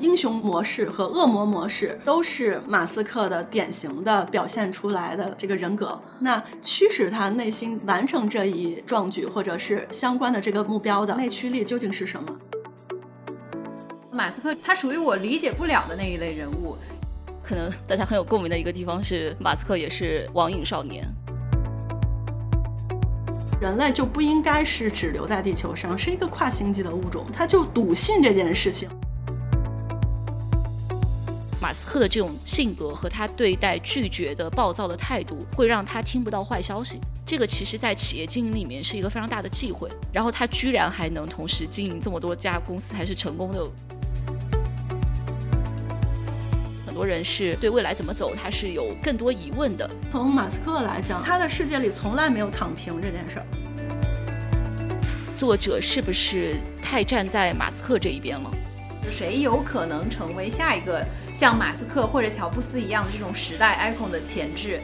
英雄模式和恶魔模式都是马斯克的典型的表现出来的这个人格。那驱使他内心完成这一壮举或者是相关的这个目标的内驱力究竟是什么？ 马斯克他属于我理解不了的那一类人物。 可能大家很有共鸣的一个地方是，马斯克也是网瘾少年。 人类就不应该是只留在地球上，是一个跨星际的物种，他就笃信这件事情。 马斯克的这种性格和他对待拒绝的暴躁的态度，会让他听不到坏消息。这个其实在企业经营里面是一个非常大的忌讳，然后他居然还能同时经营这么多家公司，还是成功的。很多人是对未来怎么走他是有更多疑问的。 从马斯克来讲，他的世界里从来没有躺平这件事儿。 作者是不是太站在马斯克这一边了？ 谁有可能成为下一个像马斯克或者乔布斯一样的这种时代 icon 的潜质？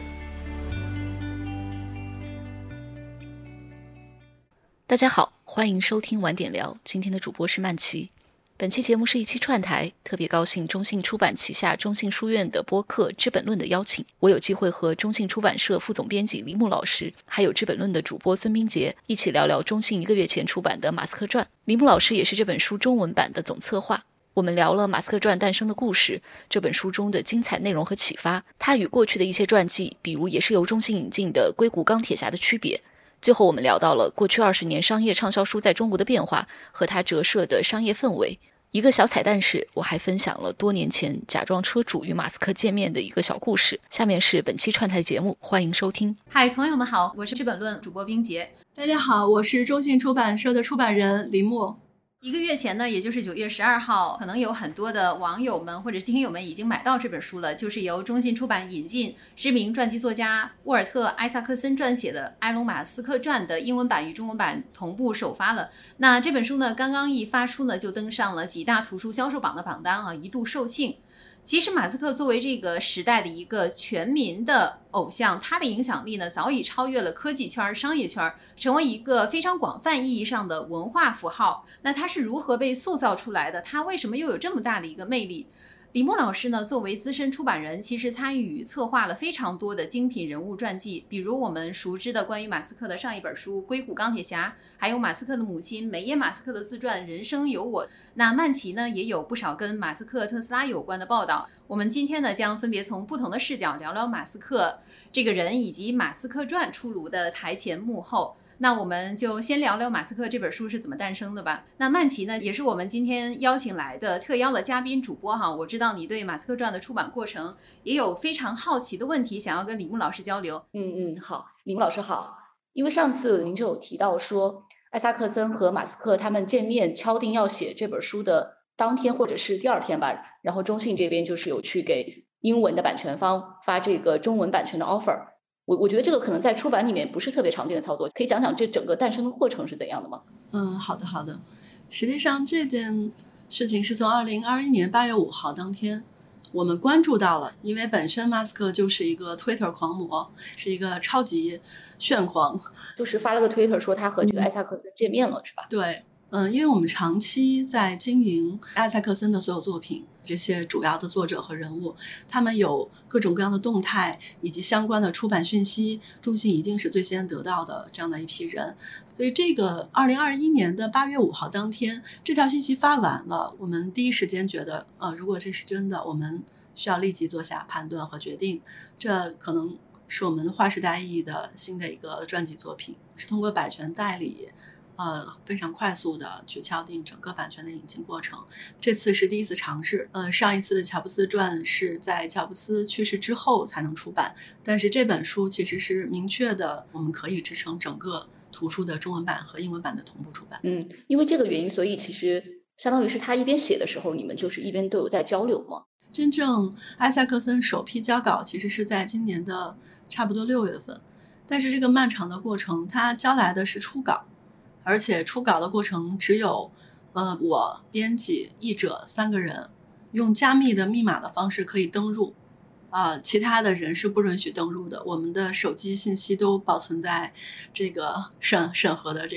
大家好，欢迎收听晚点聊，今天的主播是曼琪。本期节目是一期串台，特别高兴中信出版旗下中信书院的播客《知本论》的邀请，我有机会和中信出版社副总编辑李牧老师，还有《知本论》的主播孙斌杰一起聊聊中信1个月前出版的《马斯克传》。李牧老师也是这本书中文版的总策划。我们聊了《马斯克传》诞生的故事，这本书中的精彩内容和启发，他与过去的一些传记，比如也是由中信引进的《硅谷钢铁侠》的区别。最后我们聊到了过去20年商业畅销书在中国的变化和它折射的商业氛围。一个小彩蛋是，我还分享了多年前假装车主与马斯克见面的一个小故事。下面是本期串台节目，欢迎收听。 嗨，朋友们好，我是知本论主播冰洁。 大家好，我是中信出版社的出版人李牧。 1个月前呢，也就是9月12号，可能有很多的网友们或者是听友们已经买到这本书了，就是由中信出版引进，知名传记作家沃尔特·艾萨克森撰写的《埃隆·马斯克传》的英文版与中文版同步首发了。那这本书呢，刚刚一发出呢，就登上了几大图书销售榜的榜单啊，一度售罄。其实马斯克作为这个时代的一个全民的偶像，他的影响力呢早已超越了科技圈、商业圈，成为一个非常广泛意义上的文化符号。那他是如何被塑造出来的？他为什么又有这么大的一个魅力？李牧老师呢，作为资深出版人，其实参与策划了非常多的精品人物传记，比如我们熟知的关于马斯克的上一本书《硅谷钢铁侠》，还有马斯克的母亲梅耶马斯克的自传《人生有我》。那曼琪呢，也有不少跟马斯克、特斯拉有关的报道。我们今天呢，将分别从不同的视角聊聊马斯克这个人，以及《马斯克传》出炉的台前幕后。那我们就先聊聊马斯克这本书是怎么诞生的吧。那曼琪呢，也是我们今天邀请来的特邀的嘉宾主播哈。我知道你对马斯克传的出版过程也有非常好奇的问题，想要跟李牧老师交流。 好，李牧老师好。因为上次您就有提到说，艾萨克森和马斯克他们见面敲定要写这本书的当天或者是第2天吧，然后中信这边就是有去给英文的版权方发这个中文版权的 offer。我觉得这个可能在出版里面不是特别常见的操作，可以讲讲这整个诞生的过程是怎样的吗？ 好的。实际上这件事情是从2021年8月5号当天我们关注到了，因为本身马斯克就是一个 Twitter 狂魔，是一个超级炫狂， 就是发了个 Twitter 说他和这个艾萨克森见面了，是吧？ 对，因为我们长期在经营艾萨克森的所有作品，这些主要的作者和人物，他们有各种各样的动态以及相关的出版讯息，中信一定是最先得到的这样的一批人。所以这个2021年的8月5号当天，这条信息发完了，我们第一时间觉得如果这是真的，我们需要立即做下判断和决定。这可能是我们划时代意义的新的一个传记作品，是通过版权代理非常快速的去敲定整个版权的引进过程。这次是第一次尝试，上一次乔布斯传是在乔布斯去世之后才能出版，但是这本书其实是明确的，我们可以支撑整个图书的中文版和英文版的同步出版。 因为这个原因，所以其实相当于是他一边写的时候，你们就是一边都有在交流吗？ 真正艾萨克森首批交稿其实是在今年的差不多6月份，但是这个漫长的过程，他交来的是初稿，而且初稿的过程只有我、编辑、译者3个人用加密的密码的方式可以登入，其他的人是不允许登入的。我们的手机信息都保存在这个审核的这个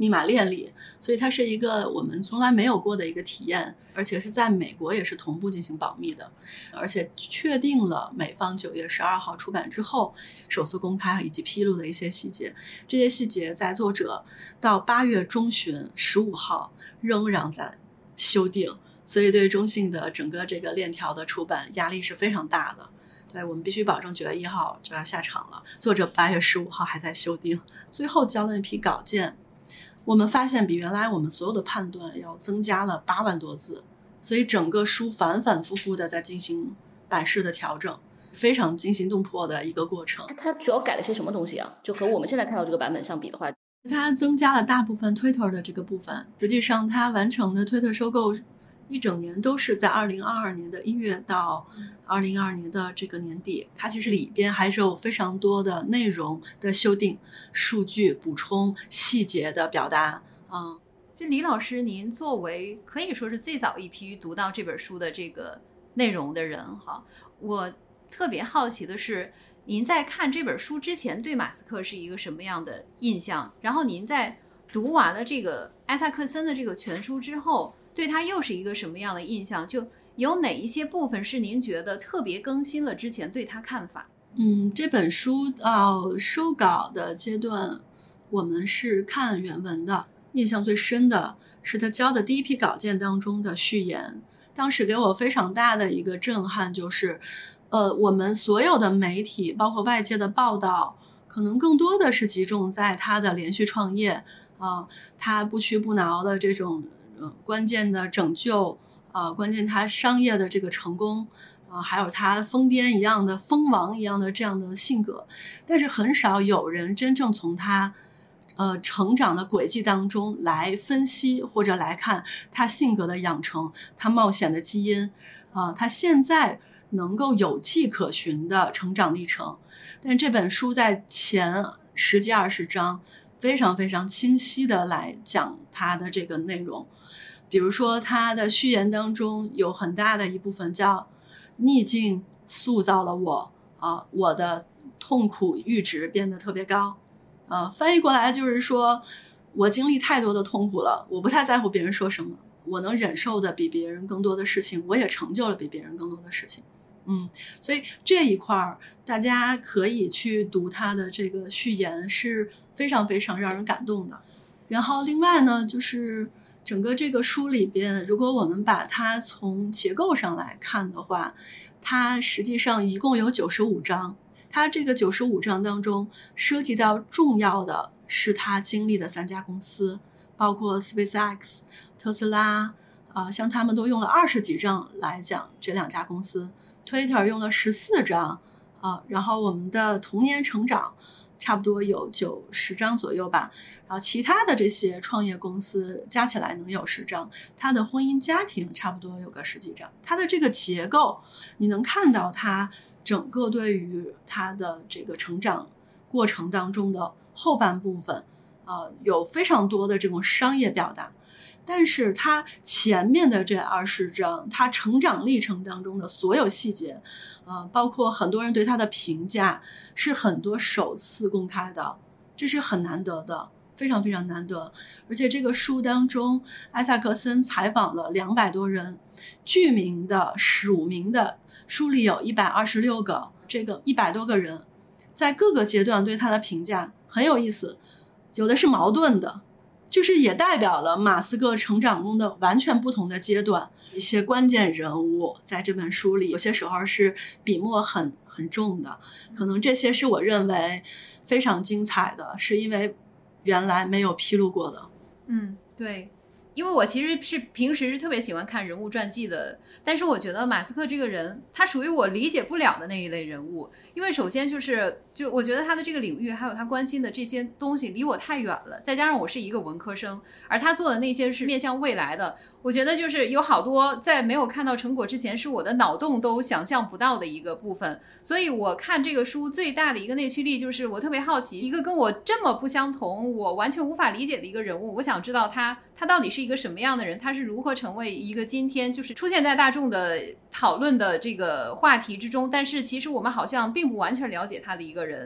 密码链里，所以它是一个我们从来没有过的一个体验，而且是在美国也是同步进行保密的，而且确定了美方9月12号出版之后首次公开以及披露的一些细节，这些细节在作者到8月中旬15号仍然在修订，所以对中信的整个这个链条的出版压力是非常大的。对，我们必须保证9月1号就要下场了，作者8月15号还在修订，最后交的那批稿件我们发现比原来我们所有的判断要增加了8万多字，所以整个书反反复复的在进行版式的调整，非常惊心动魄的一个过程。 它主要改了些什么东西啊？就和我们现在看到这个版本相比的话， 它增加了大部分 Twitter 的这个部分，实际上它完成的 Twitter 收购一整年都是在2022年的1月到2022年的这个年底，它其实里边还是有非常多的内容的修订、数据补充、细节的表达。 就李老师，您作为可以说是最早一批读到这本书的这个内容的人哈，我特别好奇的是，您在看这本书之前对马斯克是一个什么样的印象？然后您在读完了这个艾萨克森的这个全书之后，对他又是一个什么样的印象？就有哪一些部分是您觉得特别更新了之前对他看法？ 这本书到收稿的阶段，我们是看原文的，印象最深的是他交的第一批稿件当中的序言，当时给我非常大的一个震撼，就是我们所有的媒体包括外界的报道可能更多的是集中在他的连续创业他不屈不挠的这种关键的拯救关键他商业的这个成功还有他疯癫一样的疯王一样的这样的性格，但是很少有人真正从他成长的轨迹当中来分析或者来看他性格的养成，他冒险的基因他现在能够有迹可循的成长历程。但这本书在前10几20章非常非常清晰的来讲他的这个内容，比如说他的序言当中有很大的一部分叫逆境塑造了我我的痛苦阈值变得特别高翻译过来就是说我经历太多的痛苦了，我不太在乎别人说什么，我能忍受的比别人更多的事情，我也成就了比别人更多的事情所以这一块大家可以去读他的这个序言是非常非常让人感动的。然后另外呢，就是整个这个书里边，如果我们把它从结构上来看的话，它实际上一共有95章，它这个95章当中涉及到重要的是他经历的3家公司，包括 SpaceX、特斯拉像他们都用了20几章来讲这2家公司，Twitter 用了14章然后我们的童年成长差不多有90章左右吧，然后其他的这些创业公司加起来能有10章，他的婚姻家庭差不多有个10几章。他的这个结构你能看到他整个对于他的这个成长过程当中的后半部分有非常多的这种商业表达，但是他前面的这20章他成长历程当中的所有细节包括很多人对他的评价是很多首次公开的，这是很难得的，非常非常难得。而且这个书当中艾萨克森采访了200多人，具名的署名的，书里有126个，这个100多个人在各个阶段对他的评价很有意思，有的是矛盾的，就是也代表了马斯克成长中的完全不同的阶段，一些关键人物在这本书里有些时候是笔墨很重的，可能这些是我认为非常精彩的，是因为原来没有披露过的。 对，因为我其实是平时是特别喜欢看人物传记的，但是我觉得马斯克这个人他属于我理解不了的那一类人物，因为首先就我觉得他的这个领域还有他关心的这些东西离我太远了，再加上我是一个文科生，而他做的那些是面向未来的，我觉得就是有好多在没有看到成果之前是我的脑洞都想象不到的一个部分。所以我看这个书最大的一个内驱力就是我特别好奇一个跟我这么不相同我完全无法理解的一个人物，我想知道他到底是一个什么样的人，他是如何成为一个今天就是出现在大众的讨论的这个话题之中，但是其实我们好像并不完全了解他的一个人。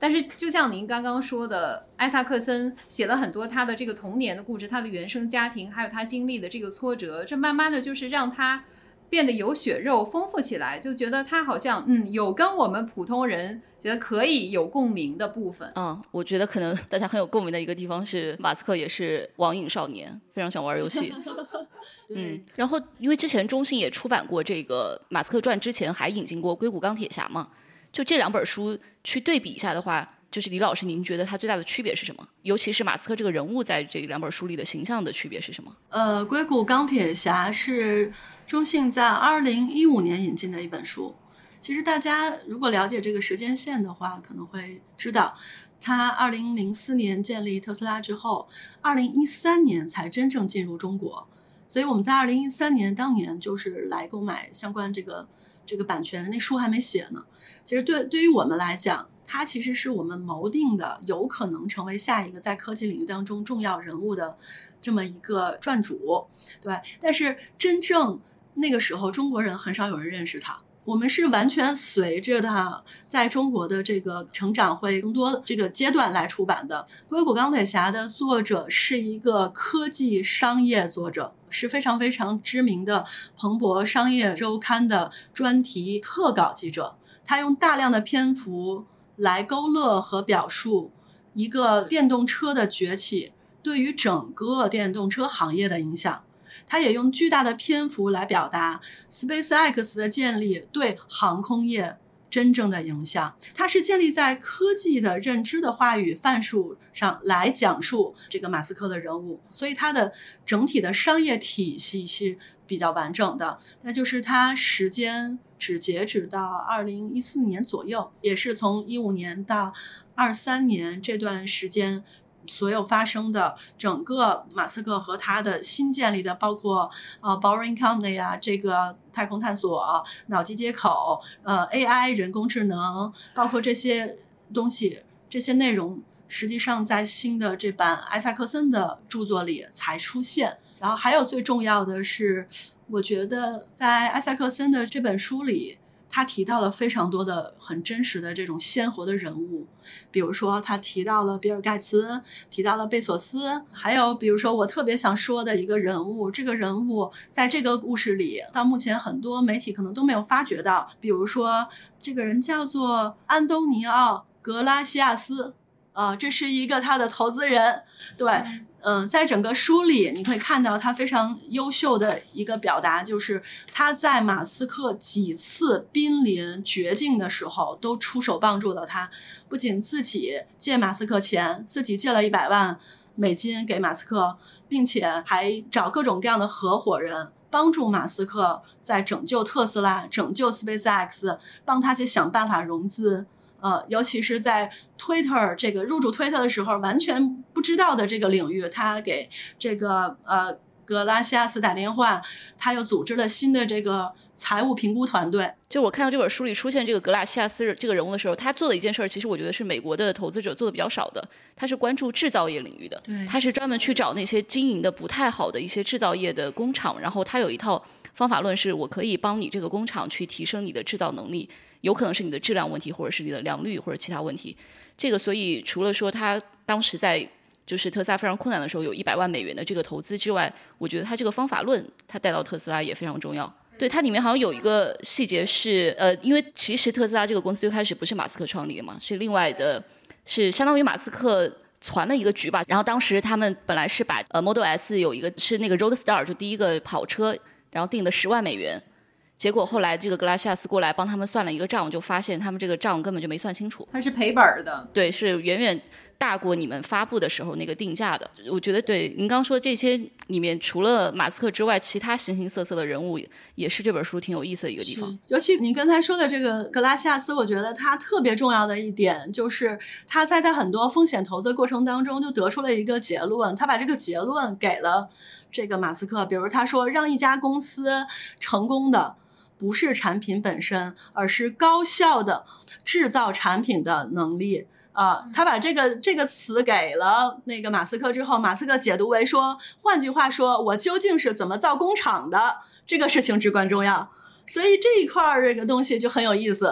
但是就像您刚刚说的，艾萨克森写了很多他的这个童年的故事，他的原生家庭，还有他经历的这个挫折，这慢慢的就是让他变得有血肉丰富起来，就觉得他好像有跟我们普通人觉得可以有共鸣的部分。 我觉得可能大家很有共鸣的一个地方是马斯克也是网瘾少年，非常喜欢玩游戏然后因为之前中信也出版过这个马斯克传，之前还引进过硅谷钢铁侠嘛，就这2本书去对比一下的话，就是李老师您觉得它最大的区别是什么？尤其是马斯克这个人物在这2本书里的形象的区别是什么？ 硅谷钢铁侠是中信在2015年引进的一本书。其实大家如果了解这个时间线的话，可能会知道他2004年建立特斯拉之后，2013年才真正进入中国，所以我们在2013年当年就是来购买相关这个版权，那书还没写呢。其实对于我们来讲，他其实是我们锚定的有可能成为下一个在科技领域当中重要人物的这么一个传主，对。但是真正那个时候中国人很少有人认识他，我们是完全随着他在中国的这个成长会更多这个阶段来出版的。硅谷钢铁侠的作者是一个科技商业作者，是非常非常知名的彭博商业周刊的专题特稿记者，他用大量的篇幅来勾勒和表述一个电动车的崛起对于整个电动车行业的影响。他也用巨大的篇幅来表达 SpaceX 的建立对航空业真正的影响。它是建立在科技的认知的话语范数上来讲述这个马斯克的人物，所以它的整体的商业体系是比较完整的。那就是它时间只截止到2014年左右，也是从15年到23年这段时间所有发生的整个马斯克和他的新建立的，包括Boring Company 啊，这个太空探索、脑机接口、AI 人工智能，包括这些东西，这些内容实际上在新的这版艾萨克森的著作里才出现。然后还有最重要的是，我觉得在艾萨克森的这本书里，他提到了非常多的很真实的这种鲜活的人物，比如说他提到了比尔盖茨，提到了贝索斯，还有比如说我特别想说的一个人物，这个人物在这个故事里到目前很多媒体可能都没有发掘到，比如说这个人叫做安东尼奥·格拉西亚斯，这是一个他的投资人，对。在整个书里你可以看到他非常优秀的一个表达，就是他在马斯克几次濒临绝境的时候都出手帮助了他，不仅自己借马斯克钱，自己借了100万美金给马斯克，并且还找各种各样的合伙人帮助马斯克在拯救特斯拉、拯救 SpaceX， 帮他去想办法融资。尤其是在 Twitter 这个入驻 Twitter 的时候完全不知道的这个领域，他给这个格拉西亚斯打电话，他又组织了新的这个财务评估团队。 就我看到这本书里出现这个格拉西亚斯这个人物的时候，他做的一件事其实我觉得是美国的投资者做的比较少的，他是关注制造业领域的，他是专门去找那些经营的不太好的一些制造业的工厂，然后他有一套方法论，是我可以帮你这个工厂去提升你的制造能力，有可能是你的质量问题，或者是你的良率，或者其他问题。这个所以除了说他当时在就是特斯拉非常困难的时候有100万美元的这个投资之外，我觉得他这个方法论他带到特斯拉也非常重要。对，它里面好像有一个细节是因为其实特斯拉这个公司最开始不是马斯克创立的嘛，是另外的，是相当于马斯克传了一个局吧。然后当时他们本来是把Model S 有一个是那个 Roadster 就第一个跑车，然后定的10万美元，结果后来这个格拉西亚斯过来帮他们算了一个账，就发现他们这个账根本就没算清楚， 它是赔本的。 对，是远远大过你们发布的时候那个定价的。我觉得对您刚说这些里面，除了马斯克之外，其他形形色色的人物也是这本书挺有意思的一个地方。 尤其您刚才说的这个格拉西亚斯，我觉得他特别重要的一点就是他在他很多风险投资过程当中就得出了一个结论，他把这个结论给了这个马斯克。比如他说，让一家公司成功的不是产品本身，而是高效的制造产品的能力。他把这个词给了那个马斯克之后，马斯克解读为说，换句话说，我究竟是怎么造工厂的，这个事情至关重要。所以这一块这个东西就很有意思。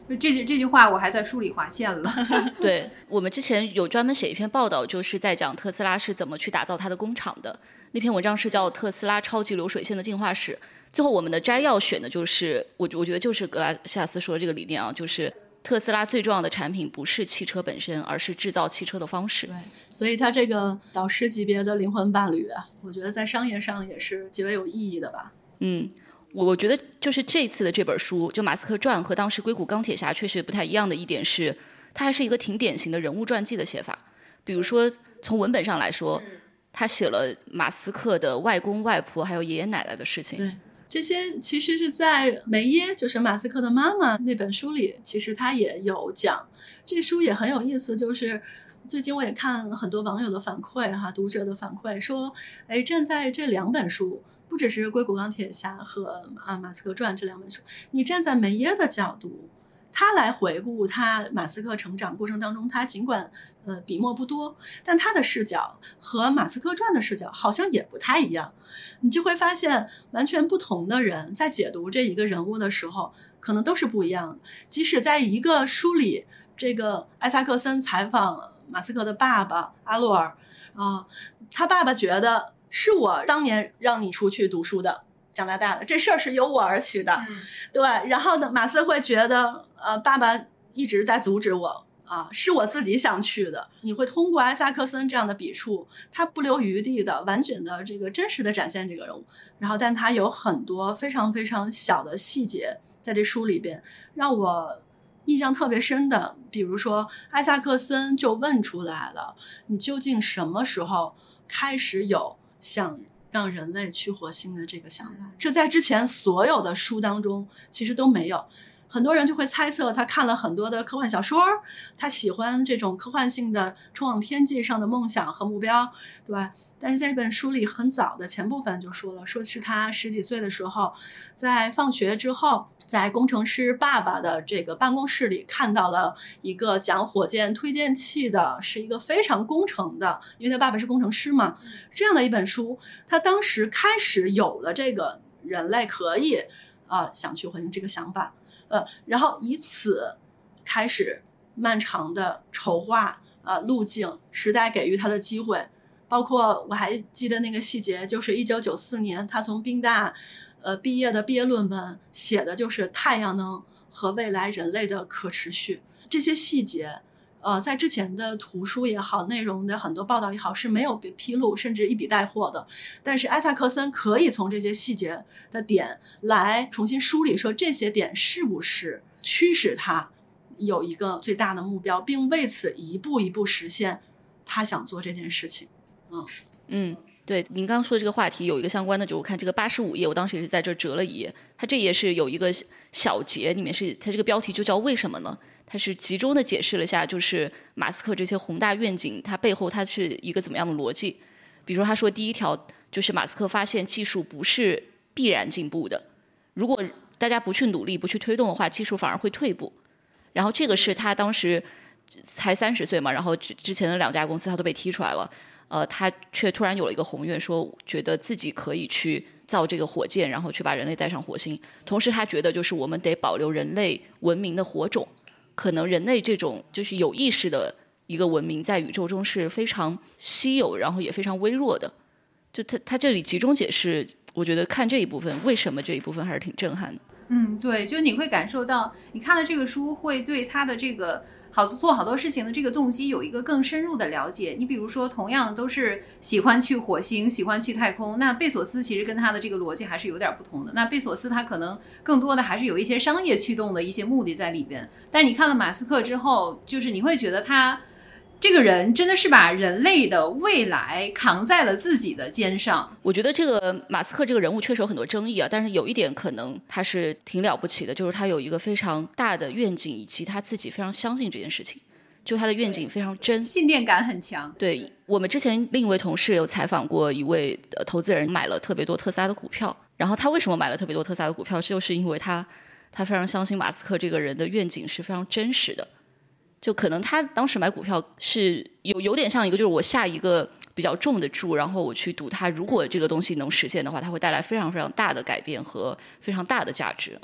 这句话我还在书里划线了。 对，我们之前有专门写一篇报道，就是在讲特斯拉是怎么去打造它的工厂的。那篇文章是叫《特斯拉超级流水线的进化史》。最后我们的摘要选的就是我觉得就是格拉西亚斯说的这个理念啊，就是特斯拉最重要的产品不是汽车本身，而是制造汽车的方式。 对，所以他这个导师级别的灵魂伴侣啊，我觉得在商业上也是极为有意义的吧。 我觉得就是这次的这本书，就马斯克传和当时硅谷钢铁侠确实不太一样的一点是，它还是一个挺典型的人物传记的写法。比如说从文本上来说，他写了马斯克的外公外婆还有爷爷奶奶的事情。 对，这些其实是在梅耶，就是马斯克的妈妈那本书里，其实他也有讲。这书也很有意思，就是最近我也看很多网友的反馈哈，读者的反馈说，站在这2本书，不只是硅谷钢铁侠和马斯克传这2本书，你站在梅耶的角度，他来回顾他马斯克成长过程当中，他尽管笔墨不多，但他的视角和马斯克传的视角好像也不太一样。你就会发现完全不同的人在解读这一个人物的时候可能都是不一样的。即使在一个书里，这个艾萨克森采访马斯克的爸爸阿洛尔他爸爸觉得是我当年让你出去读书的，加拿大的这事儿是由我而起的，对。然后呢，马斯会觉得爸爸一直在阻止我是我自己想去的。你会通过艾萨克森这样的笔触，他不留余地的完全的这个真实的展现这个人物，然后但他有很多非常非常小的细节在这书里边让我印象特别深的。比如说艾萨克森就问出来了，你究竟什么时候开始有想让人类去火星的这个想法？这在之前所有的书当中其实都没有。很多人就会猜测他看了很多的科幻小说，他喜欢这种科幻性的冲往天际上的梦想和目标，对吧？但是在这本书里很早的前部分就说了，说是他10几岁的时候，在放学之后，在工程师爸爸的这个办公室里看到了一个讲火箭推荐器的，是一个非常工程的，因为他爸爸是工程师嘛，这样的一本书。他当时开始有了这个人类可以想去火星这个想法，然后以此开始漫长的筹划路径，时代给予他的机会。包括我还记得那个细节，就是1994年他从宾大毕业的毕业论文写的就是太阳能和未来人类的可持续。这些细节在之前的图书也好，内容的很多报道也好是没有被披露，甚至一笔带过的。但是艾萨克森可以从这些细节的点来重新梳理，说这些点是不是驱使他有一个最大的目标，并为此一步一步实现他想做这件事情。 对，您刚刚说的这个话题有一个相关的，就我看这个85页，我当时也是在这折了一页，它这页是有一个小节，里面是它这个标题就叫为什么呢？它是集中的解释了一下，就是马斯克这些宏大愿景，它背后它是一个怎么样的逻辑。比如说他说第一条就是马斯克发现技术不是必然进步的，如果大家不去努力不去推动的话，技术反而会退步。然后这个是他当时才30岁嘛，然后之前的2家公司他都被踢出来了，他却突然有了一个宏愿，说觉得自己可以去造这个火箭，然后去把人类带上火星。同时他觉得就是我们得保留人类文明的火种，可能人类这种就是有意识的一个文明在宇宙中是非常稀有，然后也非常微弱的。就他这里集中解释，我觉得看这一部分为什么这一部分还是挺震撼的。 对，就你会感受到你看了这个书会对他的这个做好多事情的这个动机有一个更深入的了解。你比如说同样都是喜欢去火星喜欢去太空，那贝索斯其实跟他的这个逻辑还是有点不同的。那贝索斯他可能更多的还是有一些商业驱动的一些目的在里边，但你看了马斯克之后，就是你会觉得他这个人真的是把人类的未来扛在了自己的肩上。 我觉得这个马斯克这个人物确实有很多争议但是有一点可能他是挺了不起的，就是他有一个非常大的愿景，以及他自己非常相信这件事情，就他的愿景非常真， 信念感很强。 对，我们之前另一位同事有采访过一位投资人，买了特别多特斯拉的股票，然后他为什么买了特别多特斯拉的股票，就是因为他非常相信马斯克这个人的愿景是非常真实的。就可能他当时买股票是有点像一个，就是我下一个比较重的注，然后我去赌它，如果这个东西能实现的话，它会带来非常非常大的改变和非常大的价值。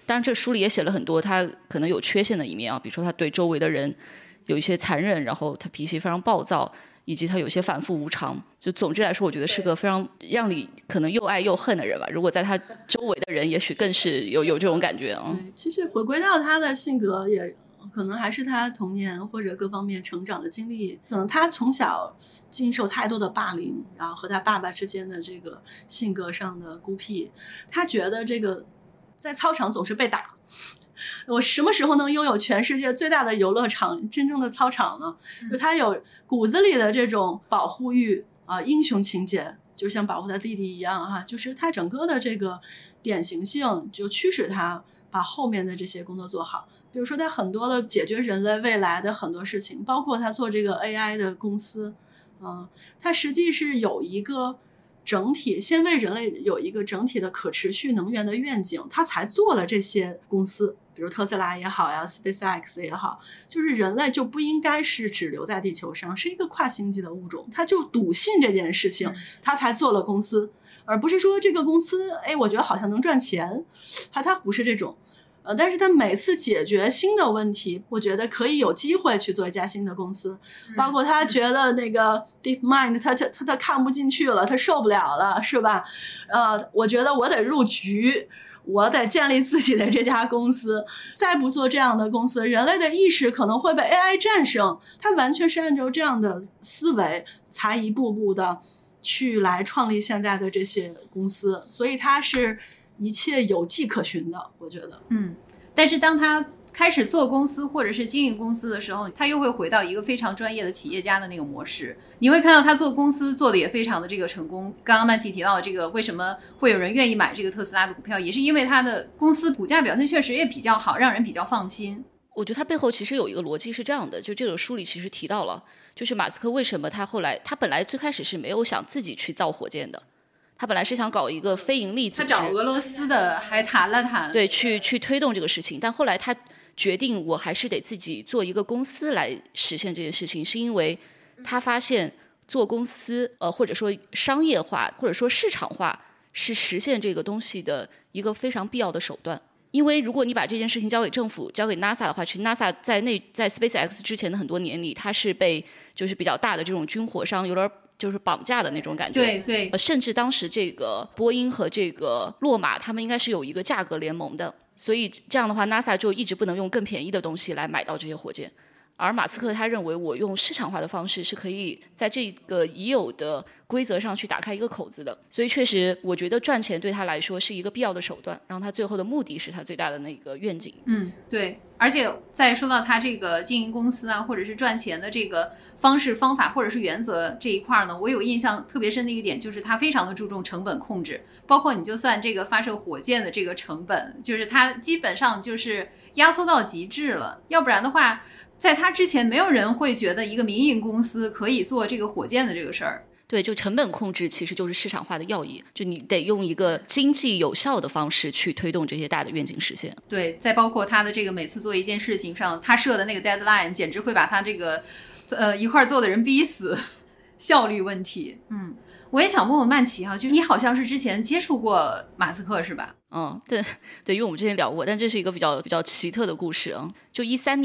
当然这书里也写了很多他可能有缺陷的一面啊，比如说他对周围的人有一些残忍，然后他脾气非常暴躁，以及他有些反复无常。就总之来说，我觉得是个非常让你可能又爱又恨的人吧。如果在他周围的人，也许更是有这种感觉啊。 对，其实回归到他的性格，也可能还是他童年或者各方面成长的经历。可能他从小经受太多的霸凌，然后和他爸爸之间的这个性格上的孤僻，他觉得这个在操场总是被打。我什么时候能拥有全世界最大的游乐场，真正的操场呢？就他有骨子里的这种保护欲啊，英雄情节，就像保护他弟弟一样哈，就是他整个的这个典型性就驱使他把后面的这些工作做好。比如说他很多的解决人类未来的很多事情，包括他做这个 AI 的公司，他实际是有一个整体，先为人类有一个整体的可持续能源的愿景，他才做了这些公司，比如特斯拉也好呀 SpaceX 也好，就是人类就不应该是只留在地球上，是一个跨星际的物种，他就笃信这件事情，他才做了公司，而不是说这个公司我觉得好像能赚钱，他不是这种。但是他每次解决新的问题，我觉得可以有机会去做一家新的公司，包括他觉得那个 DeepMind 他看不进去了，他受不了了，是吧？我觉得我得入局，我得建立自己的这家公司，再不做这样的公司，人类的意识可能会被 AI 战胜。他完全是按照这样的思维才一步步的去来创立现在的这些公司，所以他是一切有迹可循的，我觉得。 但是当他开始做公司或者是经营公司的时候，他又会回到一个非常专业的企业家的那个模式。你会看到他做公司做的也非常的这个成功。刚刚曼琪提到的这个，为什么会有人愿意买这个特斯拉的股票，也是因为他的公司股价表现确实也比较好，让人比较放心。 我觉得他背后其实有一个逻辑是这样的，就这个书里其实提到了，就是马斯克为什么他本来最开始是没有想自己去造火箭的，他本来是想搞一个非盈利组织， 他找俄罗斯的还谈了谈， 对，去推动这个事情，但后来他决定我还是得自己做一个公司来实现这件事情，是因为他发现做公司或者说商业化或者说市场化是实现这个东西的一个非常必要的手段。因为如果你把这件事情交给政府交给 NASA 的话，其实 NASA 在 SpaceX 之前的很多年里，它是被就是比较大的这种军火商有点就是绑架的那种感觉。 对对， 甚至当时这个波音和这个洛马他们应该是有一个价格联盟的，所以这样的话 NASA 就一直不能用更便宜的东西来买到这些火箭。而马斯克他认为我用市场化的方式是可以在这个已有的规则上去打开一个口子的，所以确实我觉得赚钱对他来说是一个必要的手段，然后他最后的目的是他最大的那个愿景。 对，而且再说到他这个经营公司啊，或者是赚钱的这个方式方法或者是原则这一块呢，我有印象特别深的一个点就是他非常的注重成本控制，包括你就算这个发射火箭的这个成本，就是他基本上就是压缩到极致了，要不然的话在他之前没有人会觉得一个民营公司可以做这个火箭的这个事儿。 对，就成本控制其实就是市场化的要义，就你得用一个经济有效的方式去推动这些大的愿景实现。 对，再包括他的这个每次做一件事情上，他设的那个 deadline 简直会把他这个一块做的人逼死，效率问题。我也想问问曼琪哈，就是你好像是之前接触过马斯克是吧？ 对，因为我们之前聊过，但这是一个比较奇特的故事啊。就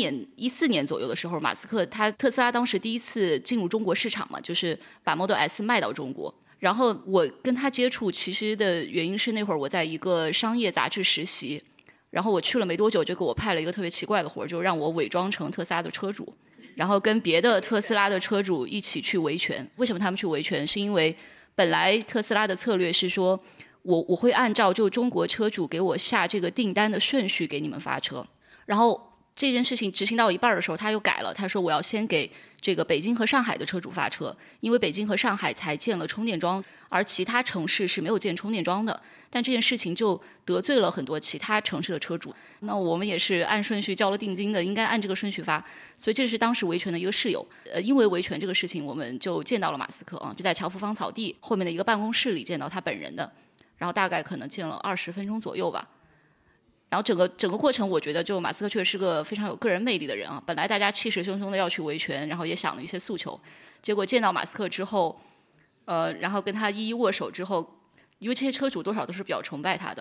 14年左右的时候，马斯克特斯拉当时第一次进入中国市场嘛，就是把 Model S 卖到中国。然后我跟他接触，其实的原因是那会儿我在一个商业杂志实习，然后我去了没多久，就给我派了一个特别奇怪的活，就让我伪装成特斯拉的车主，然后跟别的特斯拉的车主一起去维权。为什么他们去维权？是因为本来特斯拉的策略是说我会按照就中国车主给我下这个订单的顺序给你们发车，然后这件事情执行到一半的时候他又改了，他说我要先给这个北京和上海的车主发车，因为北京和上海才建了充电桩，而其他城市是没有建充电桩的。但这件事情就得罪了很多其他城市的车主，那我们也是按顺序交了定金的，应该按这个顺序发，所以这是当时维权的一个事由。因为维权这个事情，我们就见到了马斯克啊，就在乔福芳草地后面的一个办公室里见到他本人的，然后大概可能见了20分钟左右吧。然后整个过程，我觉得就马斯克确实是个非常有个人魅力的人啊。本来大家气势汹汹的要去维权，然后也想了一些诉求，结果见到马斯克之后，然后跟他一一握手之后，因为这些车主多少都是比较崇拜他的，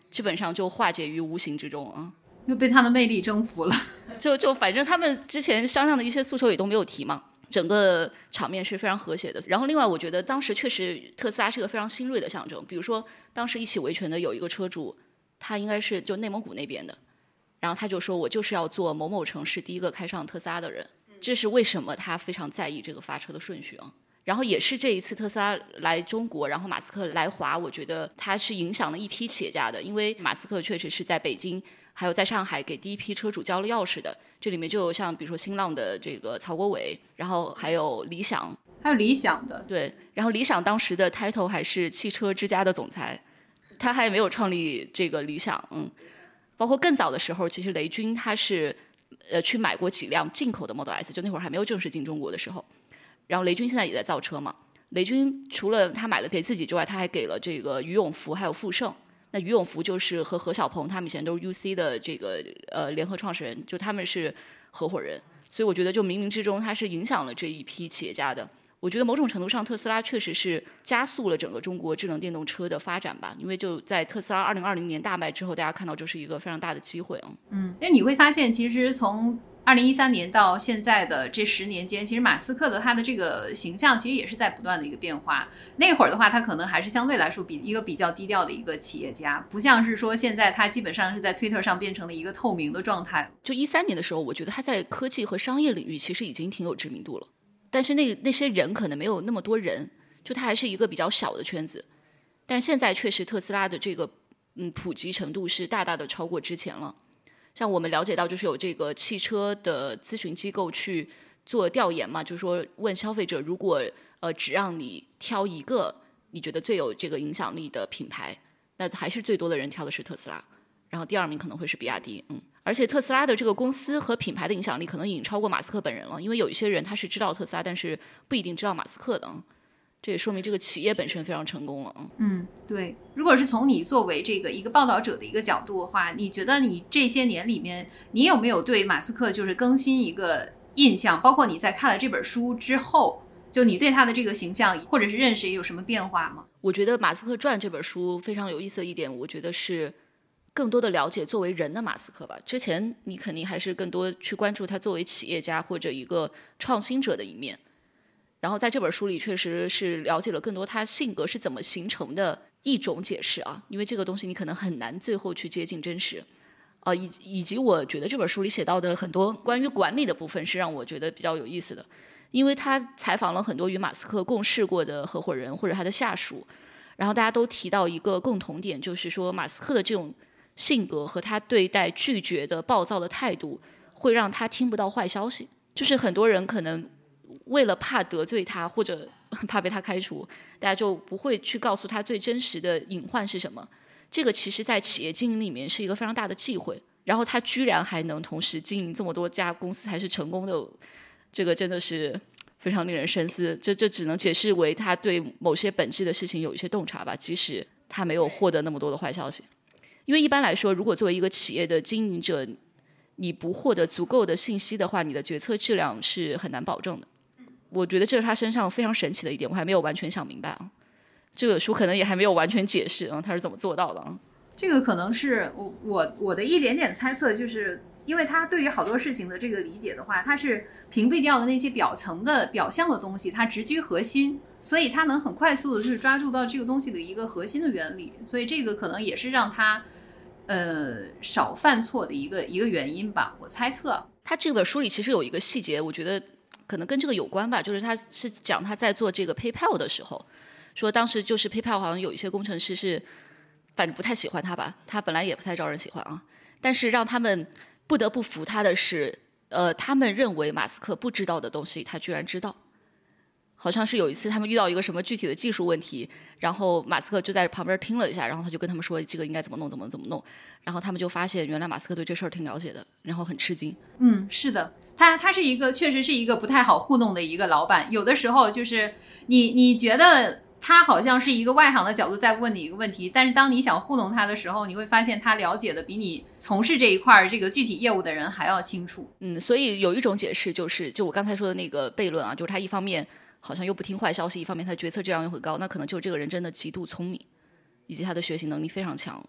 基本上就化解于无形之中啊。 又被他的魅力征服了。 就反正他们之前商量的一些诉求也都没有提嘛，整个场面是非常和谐的。然后另外我觉得当时确实特斯拉是个非常新锐的象征，比如说当时一起维权的有一个车主，他应该是就内蒙古那边的，然后他就说我就是要做某某城市第一个开上特斯拉的人，这是为什么他非常在意这个发车的顺序啊。然后也是这一次特斯拉来中国，然后马斯克来华，我觉得他是影响了一批企业家的，因为马斯克确实是在北京还有在上海给第一批车主交了钥匙的，这里面就有像比如说新浪的这个曹国伟，然后还有理想， 还有理想的， 对，然后理想当时的 title 还是汽车之家的总裁，他还没有创立这个理想，包括更早的时候，其实雷军他是去买过几辆进口的 Model S， 就那会儿还没有正式进中国的时候。然后雷军现在也在造车嘛，雷军除了他买了给自己之外，他还给了这个俞永福还有富盛。那俞永福就是和何小鹏他们以前都是 UC 的这个联合创始人，就他们是合伙人，所以我觉得就冥冥之中他是影响了这一批企业家的。我觉得某种程度上特斯拉确实是加速了整个中国智能电动车的发展吧，因为就在特斯拉2020年大卖之后，大家看到这是一个非常大的机会啊。 那你会发现其实从2013年到现在的这10年间，其实马斯克的他的这个形象其实也是在不断的一个变化。那会儿的话，他可能还是相对来说一个比较低调的一个企业家，不像是说现在他基本上是在 Twitter 上变成了一个透明的状态。 就13年的时候，我觉得他在科技和商业领域其实已经挺有知名度了，但是那些人可能没有那么多人，就他还是一个比较小的圈子。但是现在确实特斯拉的这个普及程度是大大的超过之前了。像我们了解到，就是有这个汽车的咨询机构去做调研嘛，就是说问消费者，如果只让你挑一个你觉得最有这个影响力的品牌，那还是最多的人挑的是特斯拉，然后第2名可能会是比亚迪。而且特斯拉的这个公司和品牌的影响力可能已经超过马斯克本人了，因为有一些人他是知道特斯拉，但是不一定知道马斯克的。这也说明这个企业本身非常成功了。 对。如果是从你作为这个一个报道者的一个角度的话，你觉得你这些年里面，你有没有对马斯克就是更新一个印象？包括你在看了这本书之后，就你对他的这个形象或者是认识也有什么变化吗？ 我觉得《马斯克传》这本书非常有意思的一点，我觉得是更多的了解作为人的马斯克吧。之前你肯定还是更多去关注他作为企业家或者一个创新者的一面。然后在这本书里确实是了解了更多他性格是怎么形成的一种解释啊，因为这个东西你可能很难最后去接近真实以及我觉得这本书里写到的很多关于管理的部分是让我觉得比较有意思的，因为他采访了很多与马斯克共事过的合伙人或者他的下属，然后大家都提到一个共同点，就是说马斯克的这种性格和他对待拒绝的暴躁的态度会让他听不到坏消息，就是很多人可能为了怕得罪他或者怕被他开除，大家就不会去告诉他最真实的隐患是什么。这个其实在企业经营里面是一个非常大的忌讳，然后他居然还能同时经营这么多家公司还是成功的，这个真的是非常令人深思。这只能解释为他对某些本质的事情有一些洞察吧，即使他没有获得那么多的坏消息。因为一般来说，如果作为一个企业的经营者，你不获得足够的信息的话，你的决策质量是很难保证的。我觉得这是他身上非常神奇的一点，我还没有完全想明白啊。这个书可能也还没有完全解释他是怎么做到的啊。 这个可能是我的一点点猜测，就是因为他对于好多事情的这个理解的话，他是屏蔽掉的那些表象的东西，他直击核心，所以他能很快速的就是抓住到这个东西的一个核心的原理，所以这个可能也是让他少犯错的一个原因吧，我猜测。 他这本书里其实有一个细节，我觉得可能跟这个有关吧，就是他是讲他在做这个 PayPal 的时候，说当时就是 PayPal 好像有一些工程师是反正不太喜欢他吧，他本来也不太招人喜欢啊，但是让他们不得不服他的是他们认为马斯克不知道的东西他居然知道。好像是有一次他们遇到一个什么具体的技术问题，然后马斯克就在旁边听了一下，然后他就跟他们说这个应该怎么弄怎么弄，然后他们就发现原来马斯克对这事儿挺了解的，然后很吃惊。 是的，他是一个确实是一个不太好糊弄的一个老板，有的时候就是你觉得他好像是一个外行的角度在问你一个问题，但是当你想糊弄他的时候，你会发现他了解的比你从事这一块这个具体业务的人还要清楚。 所以有一种解释就是就我刚才说的那个悖论啊，就是他一方面好像又不听坏消息，一方面他的决策质量又很高，那可能就是这个人真的极度聪明，以及他的学习能力非常强。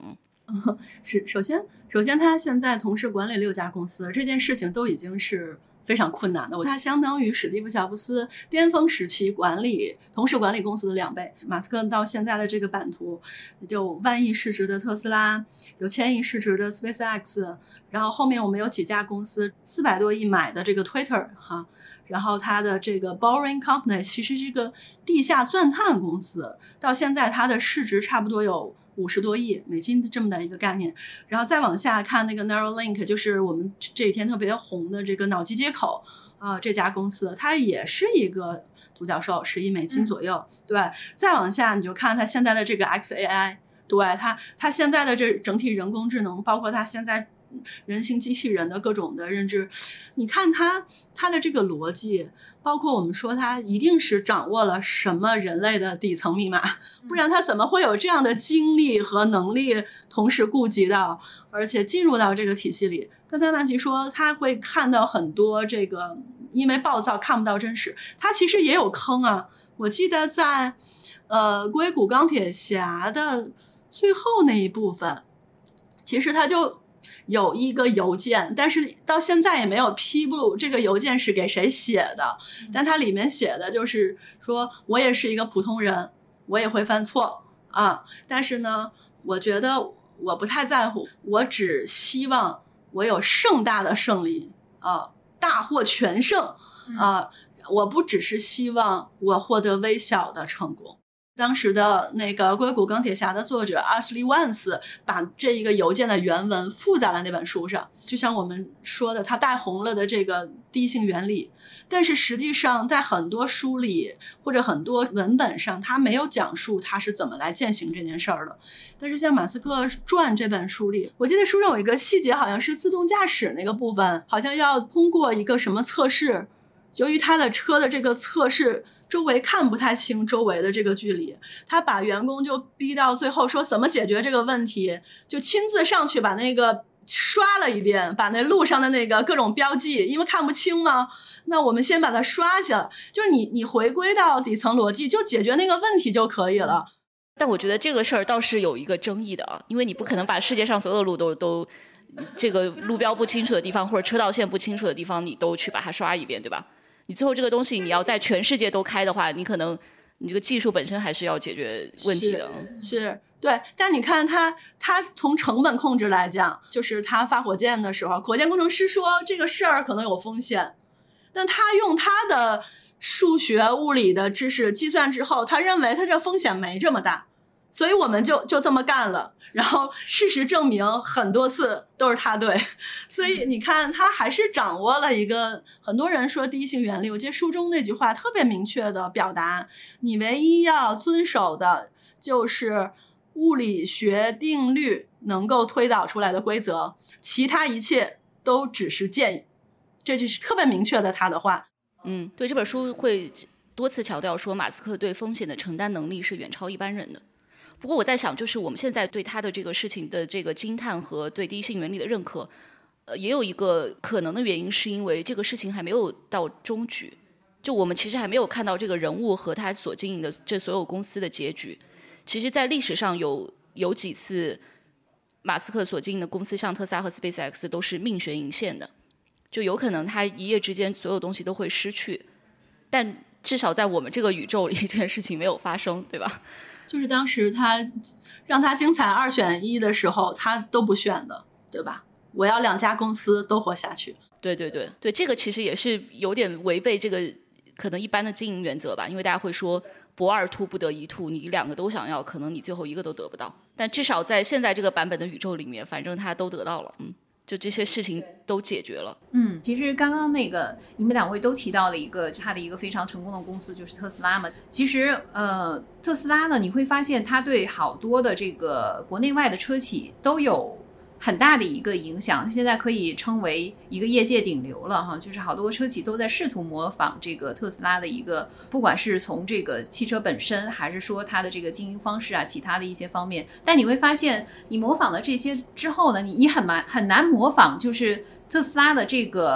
是，首先他现在同时管理6家公司，这件事情都已经是非常困难的。他相当于史蒂夫·乔布斯巅峰时期同时管理公司的2倍。马斯克到现在的这个版图，就万亿市值的特斯拉，有1000亿市值的 SpaceX， 然后后面我们有几家公司400多亿买的这个 Twitter 哈，然后它的这个 Boring Company 其实是个地下钻探公司，到现在它的市值差不多有50多亿美金这么的一个概念。然后再往下看那个 Neuralink， 就是我们这几天特别红的这个脑机接口这家公司，它也是一个独角兽，10亿美金左右。对，再往下你就看它现在的这个 XAI， 对，它现在的这整体人工智能，包括它现在人形机器人的各种的认知，你看它的这个逻辑，包括我们说它一定是掌握了什么人类的底层密码，不然它怎么会有这样的精力和能力同时顾及到，而且进入到这个体系里。刚才曼琪说他会看到很多这个因为暴躁看不到真实，他其实也有坑啊。我记得在硅谷钢铁侠的最后那一部分，其实他就有一个邮件，但是到现在也没有披露这个邮件是给谁写的，但它里面写的就是说我也是一个普通人，我也会犯错啊，但是呢我觉得我不太在乎，我只希望我有盛大的胜利啊，大获全胜啊，我不只是希望我获得微小的成功。当时的那个硅谷钢铁侠的作者 Ashley Vance 把这一个邮件的原文附在了那本书上，就像我们说的他带红了的这个第一性原理，但是实际上在很多书里或者很多文本上他没有讲述他是怎么来践行这件事儿的。但是像马斯克传这本书里，我记得书上有一个细节，好像是自动驾驶那个部分，好像要通过一个什么测试，由于他的车的这个测试周围看不太清周围的这个距离，他把员工就逼到最后说怎么解决这个问题，就亲自上去把那个刷了一遍，把那路上的那个各种标记，因为看不清嘛，那我们先把它刷下来，就是你回归到底层逻辑就解决那个问题就可以了。 但我觉得这个事儿倒是有一个争议的啊，因为你不可能把世界上所有的路都这个路标不清楚的地方或者车道线不清楚的地方你都去把它刷一遍，对吧？你最后这个东西你要在全世界都开的话，你可能你这个技术本身还是要解决问题的。 是对，但你看他从成本控制来讲，就是他发火箭的时候，火箭工程师说这个事儿可能有风险，但他用他的数学物理的知识计算之后，他认为他这风险没这么大，所以我们就这么干了。然后事实证明很多次都是他对，所以你看他还是掌握了一个，很多人说第一性原理，我记得书中那句话特别明确的表达，你唯一要遵守的就是物理学定律能够推导出来的规则，其他一切都只是建议，这就是特别明确的他的话。 对，这本书会多次强调说马斯克对风险的承担能力是远超一般人的。不过我在想，就是我们现在对他的这个事情的这个惊叹和对第一性原理的认可，也有一个可能的原因，是因为这个事情还没有到终局，就我们其实还没有看到这个人物和他所经营的这所有公司的结局。其实在历史上有几次马斯克所经营的公司，像特斯拉和 SpaceX 都是命悬一线的，就有可能他一夜之间所有东西都会失去，但至少在我们这个宇宙里这件事情没有发生，对吧？ 就是当时他让他精彩2选1的时候，他都不选的，对吧？我要2家公司都活下去。 对，这个其实也是有点违背这个可能一般的经营原则吧，因为大家会说博二兔不得一兔，你2个都想要，可能你最后1个都得不到。但至少在现在这个版本的宇宙里面，反正他都得到了，就这些事情都解决了。 其实刚刚那个你们2位都提到了一个他的一个非常成功的公司，就是特斯拉嘛。其实特斯拉呢，你会发现它对好多的这个国内外的车企都有很大的一个影响，现在可以称为一个业界顶流了哈，就是好多车企都在试图模仿这个特斯拉的一个，不管是从这个汽车本身，还是说它的这个经营方式啊，其他的一些方面。但你会发现，你模仿了这些之后呢，你很难模仿，就是特斯拉的这个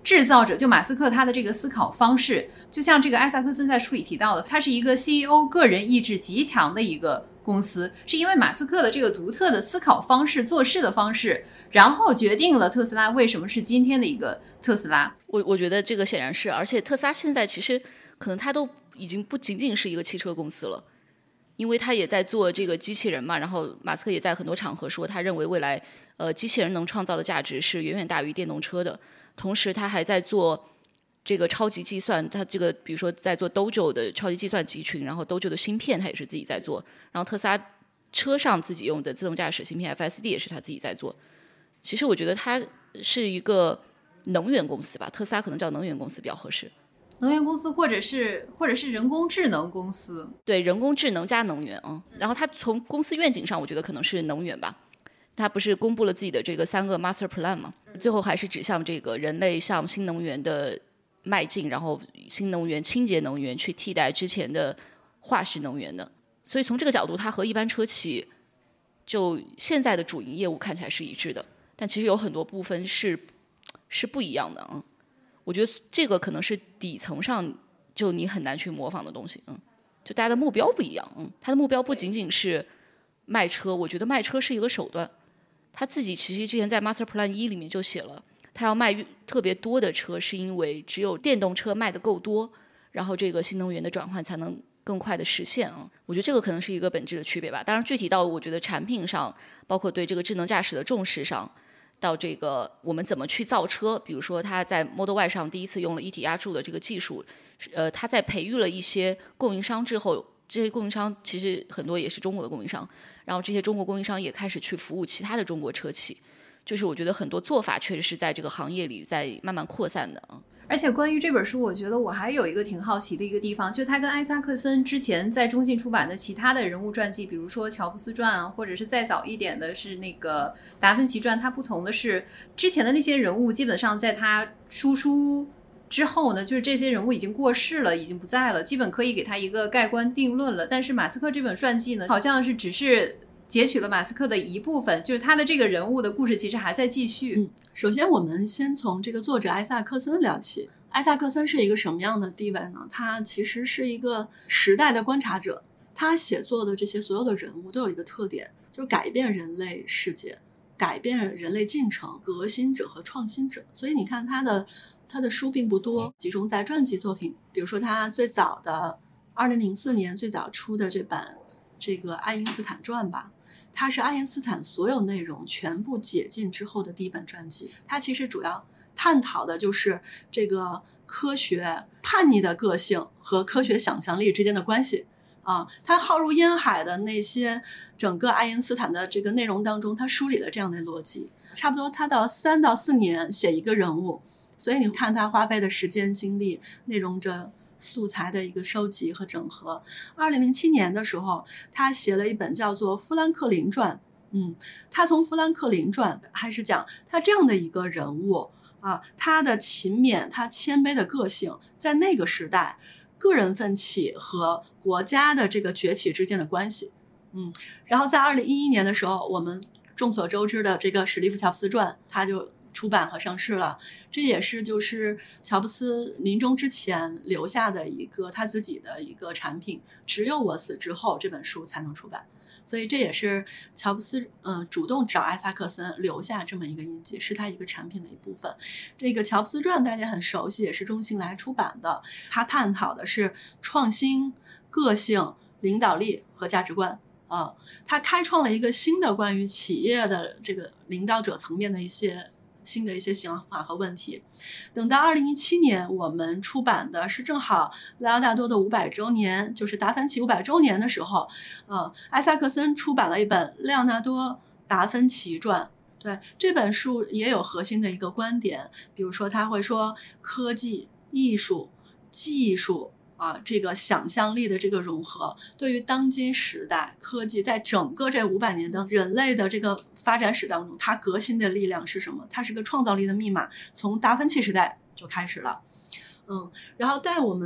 制造者，就马斯克他的这个思考方式，就像这个艾萨克森在书里提到的，他是一个 CEO 个人意志极强的一个公司，是因为马斯克的这个独特的思考方式、做事的方式，然后决定了特斯拉为什么是今天的一个特斯拉。 我觉得这个显然是，而且特斯拉现在其实可能它都已经不仅仅是一个汽车公司了，因为他也在做这个机器人嘛，然后马斯克也在很多场合说，他认为未来机器人能创造的价值是远远大于电动车的。同时他还在做这个超级计算，他这个比如说在做 Dojo 的超级计算集群，然后 Dojo 的芯片他也是自己在做，然后特斯拉车上自己用的自动驾驶芯片 FSD 也是他自己在做。其实我觉得他是一个能源公司吧，特斯拉可能叫能源公司比较合适。 能源公司或者是人工智能公司， 对，人工智能加能源然后它从公司愿景上我觉得可能是能源吧，它不是公布了自己的这个3个 master plan 吗？最后还是指向这个人类向新能源的迈进，然后新能源清洁能源去替代之前的化石能源的。所以从这个角度它和一般车企就现在的主营业务看起来是一致的，但其实有很多部分是不一样的我觉得这个可能是底层上就你很难去模仿的东西就大家的目标不一样他的目标不仅仅是卖车，我觉得卖车是一个手段。他自己其实之前在 Master Plan 1里面就写了，他要卖特别多的车，是因为只有电动车卖的够多，然后这个新能源的转换才能更快的实现我觉得这个可能是一个本质的区别吧。当然具体到我觉得产品上，包括对这个智能驾驶的重视上，到这个我们怎么去造车，比如说他在 Model Y 上第一次用了一体压铸的这个技术，他在培育了一些供应商之后，这些供应商其实很多也是中国的供应商，然后这些中国供应商也开始去服务其他的中国车企，就是我觉得很多做法确实是在这个行业里在慢慢扩散的而且关于这本书，我觉得我还有一个挺好奇的一个地方，就他跟艾萨克森之前在中信出版的其他的人物传记，比如说乔布斯传或者是再早一点的是那个达芬奇传，它不同的是之前的那些人物基本上在他出书之后呢，就是这些人物已经过世了，已经不在了，基本可以给他一个盖棺定论了。但是马斯克这本传记呢，好像是只是截取了马斯克的一部分，就是他的这个人物的故事其实还在继续首先我们先从这个作者艾萨克森聊起。艾萨克森是一个什么样的地位呢？他其实是一个时代的观察者，他写作的这些所有的人物都有一个特点，就是改变人类世界，改变人类进程，革新者和创新者。所以你看他的书并不多，集中在传记作品，比如说他最早的2004年最早出的这版这个爱因斯坦传吧，它是爱因斯坦所有内容全部解禁之后的第一本传记。它其实主要探讨的就是这个科学叛逆的个性和科学想象力之间的关系它浩如烟海的那些整个爱因斯坦的这个内容当中，它梳理了这样的逻辑。差不多他到3到4年写一个人物，所以你看他花费的时间精力，内容着素材的一个收集和整合。2007年的时候，他写了一本叫做《富兰克林传》。他从富兰克林传还是讲他这样的一个人物他的勤勉，他谦卑的个性，在那个时代个人奋起和国家的这个崛起之间的关系。然后在2011年的时候，我们众所周知的这个史蒂夫·乔布斯传，他就出版和上市了。这也是就是乔布斯临终之前留下的一个他自己的一个产品，只有我死之后这本书才能出版。所以这也是乔布斯主动找艾萨克森留下这么一个印记，是他一个产品的一部分。这个乔布斯传大家很熟悉，也是中信来出版的，他探讨的是创新、个性、领导力和价值观他开创了一个新的关于企业的这个领导者层面的一些新的一些想法和问题。等到2017年我们出版的是正好莱昂纳多的500周年，就是达芬奇500周年的时候艾萨克森出版了一本莱昂纳多达芬奇传。对，这本书也有核心的一个观点，比如说他会说科技、艺术、技术这个想象力的这个融合，对于当今时代科技在整个这500年的人类的这个发展史当中，它革新的力量是什么？它是个创造力的密码，从达芬奇时代就开始了。然后在我们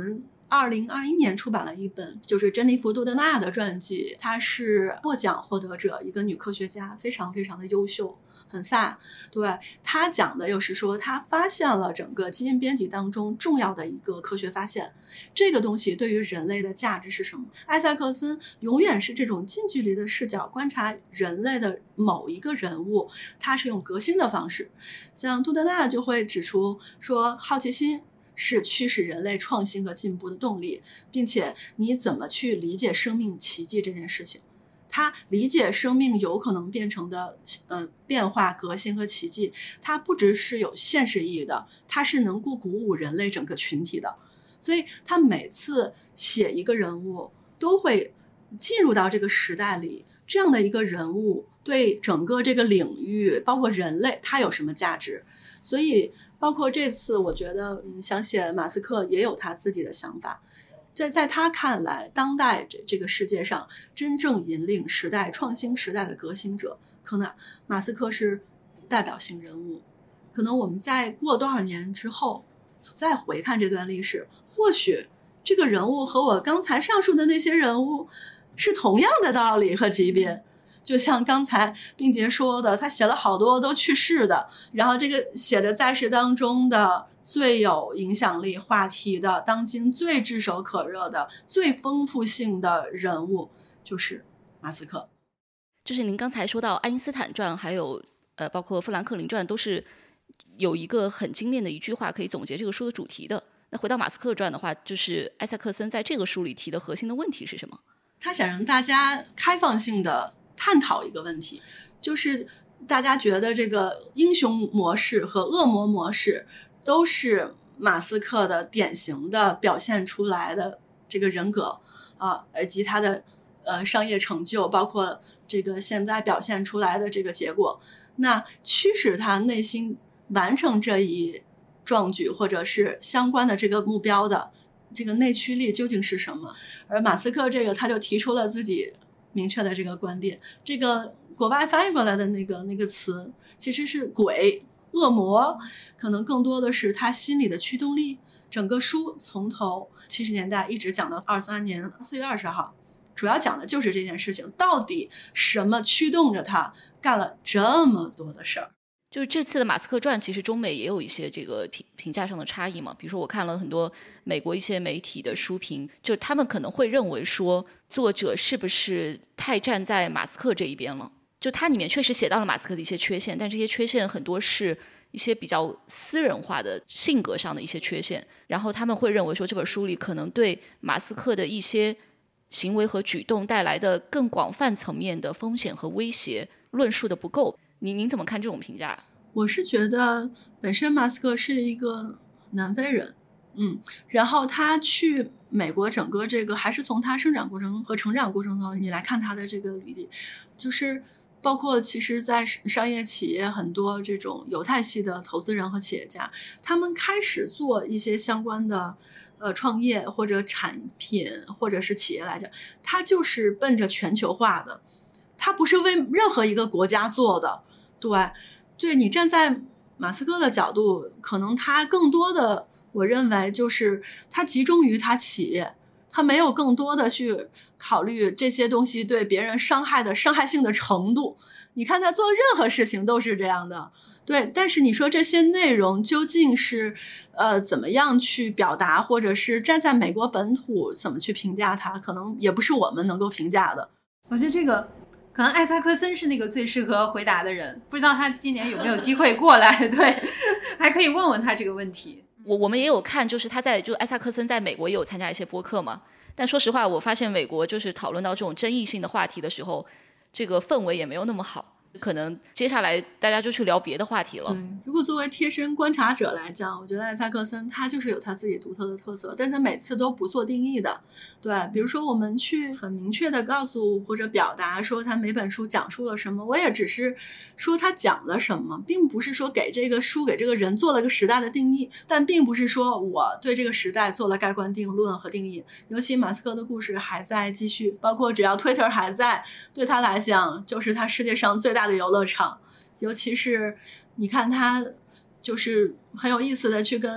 2021年出版了一本，就是珍妮弗·杜德纳的传记，她是诺奖获得者，一个女科学家，非常非常的优秀，很飒。对，她讲的又是说，她发现了整个基因编辑当中重要的一个科学发现，这个东西对于人类的价值是什么？艾萨克森永远是这种近距离的视角观察人类的某一个人物，他是用革新的方式。像杜德纳就会指出说，好奇心是驱使人类创新和进步的动力，并且你怎么去理解生命奇迹这件事情，他理解生命有可能变成的变化、革新和奇迹，它不只是有现实意义的，它是能够鼓舞人类整个群体的。所以他每次写一个人物都会进入到这个时代里，这样的一个人物对整个这个领域包括人类它有什么价值。所以包括这次我觉得想写马斯克也有他自己的想法，在他看来，当代这个世界上真正引领时代创新时代的革新者，可能马斯克是代表性人物。可能我们再过多少年之后再回看这段历史，或许这个人物和我刚才上述的那些人物是同样的道理和级别。就像刚才并杰说的，他写了好多都去世的，然后这个写的在世当中的最有影响力话题的，当今最炙手可热的最丰富性的人物就是马斯克。 就是您刚才说到爱因斯坦传还有包括富兰克林传，都是有一个很精炼的一句话可以总结这个书的主题的。那回到马斯克传的话，就是艾萨克森在这个书里提的核心的问题是什么？ 他想让大家开放性的探讨一个问题，就是大家觉得这个英雄模式和恶魔模式都是马斯克的典型的表现出来的这个人格以及他的商业成就，包括这个现在表现出来的这个结果，那驱使他内心完成这一壮举或者是相关的这个目标的这个内驱力究竟是什么？而马斯克这个他就提出了自己明确的这个观点，这个国外翻译过来的那个词其实是鬼、恶魔，可能更多的是他心里的驱动力。整个书从头70年代一直讲到23年4月20号，主要讲的就是这件事情，到底什么驱动着他干了这么多的事儿。 就是这次的马斯克传其实中美也有一些这个评价上的差异嘛，比如说我看了很多美国一些媒体的书评，就他们可能会认为说作者是不是太站在马斯克这一边了，就它里面确实写到了马斯克的一些缺陷，但这些缺陷很多是一些比较私人化的性格上的一些缺陷，然后他们会认为说这本书里可能对马斯克的一些行为和举动带来的更广泛层面的风险和威胁论述的不够。您怎么看这种评价？ 我是觉得本身马斯克是一个南非人，然后他去美国整个这个还是从他生长过程和成长过程中你来看他的这个履历，就是包括其实在商业企业很多这种犹太系的投资人和企业家，他们开始做一些相关的创业或者产品或者是企业来讲，他就是奔着全球化的，他不是为任何一个国家做的。对，你站在马斯克的角度，可能他更多的我认为就是他集中于他企业，他没有更多的去考虑这些东西对别人伤害性的程度。你看他做任何事情都是这样的。对，但是你说这些内容究竟是怎么样去表达，或者是站在美国本土怎么去评价它，可能也不是我们能够评价的。 我觉得这个可能艾萨克森是那个最适合回答的人，不知道他今年有没有机会过来。对，还可以问问他这个问题。 我们也有看，就是艾萨克森在美国也有参加一些播客嘛，但说实话我发现美国就是讨论到这种争议性的话题的时候，这个氛围也没有那么好，可能接下来大家就去聊别的话题了。 对，如果作为贴身观察者来讲，我觉得艾萨克森他就是有他自己独特的特色，但他每次都不做定义的。对，比如说我们去很明确的告诉或者表达说他每本书讲述了什么，我也只是说他讲了什么，并不是说给这个书给这个人做了个时代的定义，但并不是说我对这个时代做了盖棺定论和定义。尤其马斯克的故事还在继续，包括只要 Twitter 还在，对他来讲就是他世界上最大的游乐场。尤其是你看他就是很有意思的去跟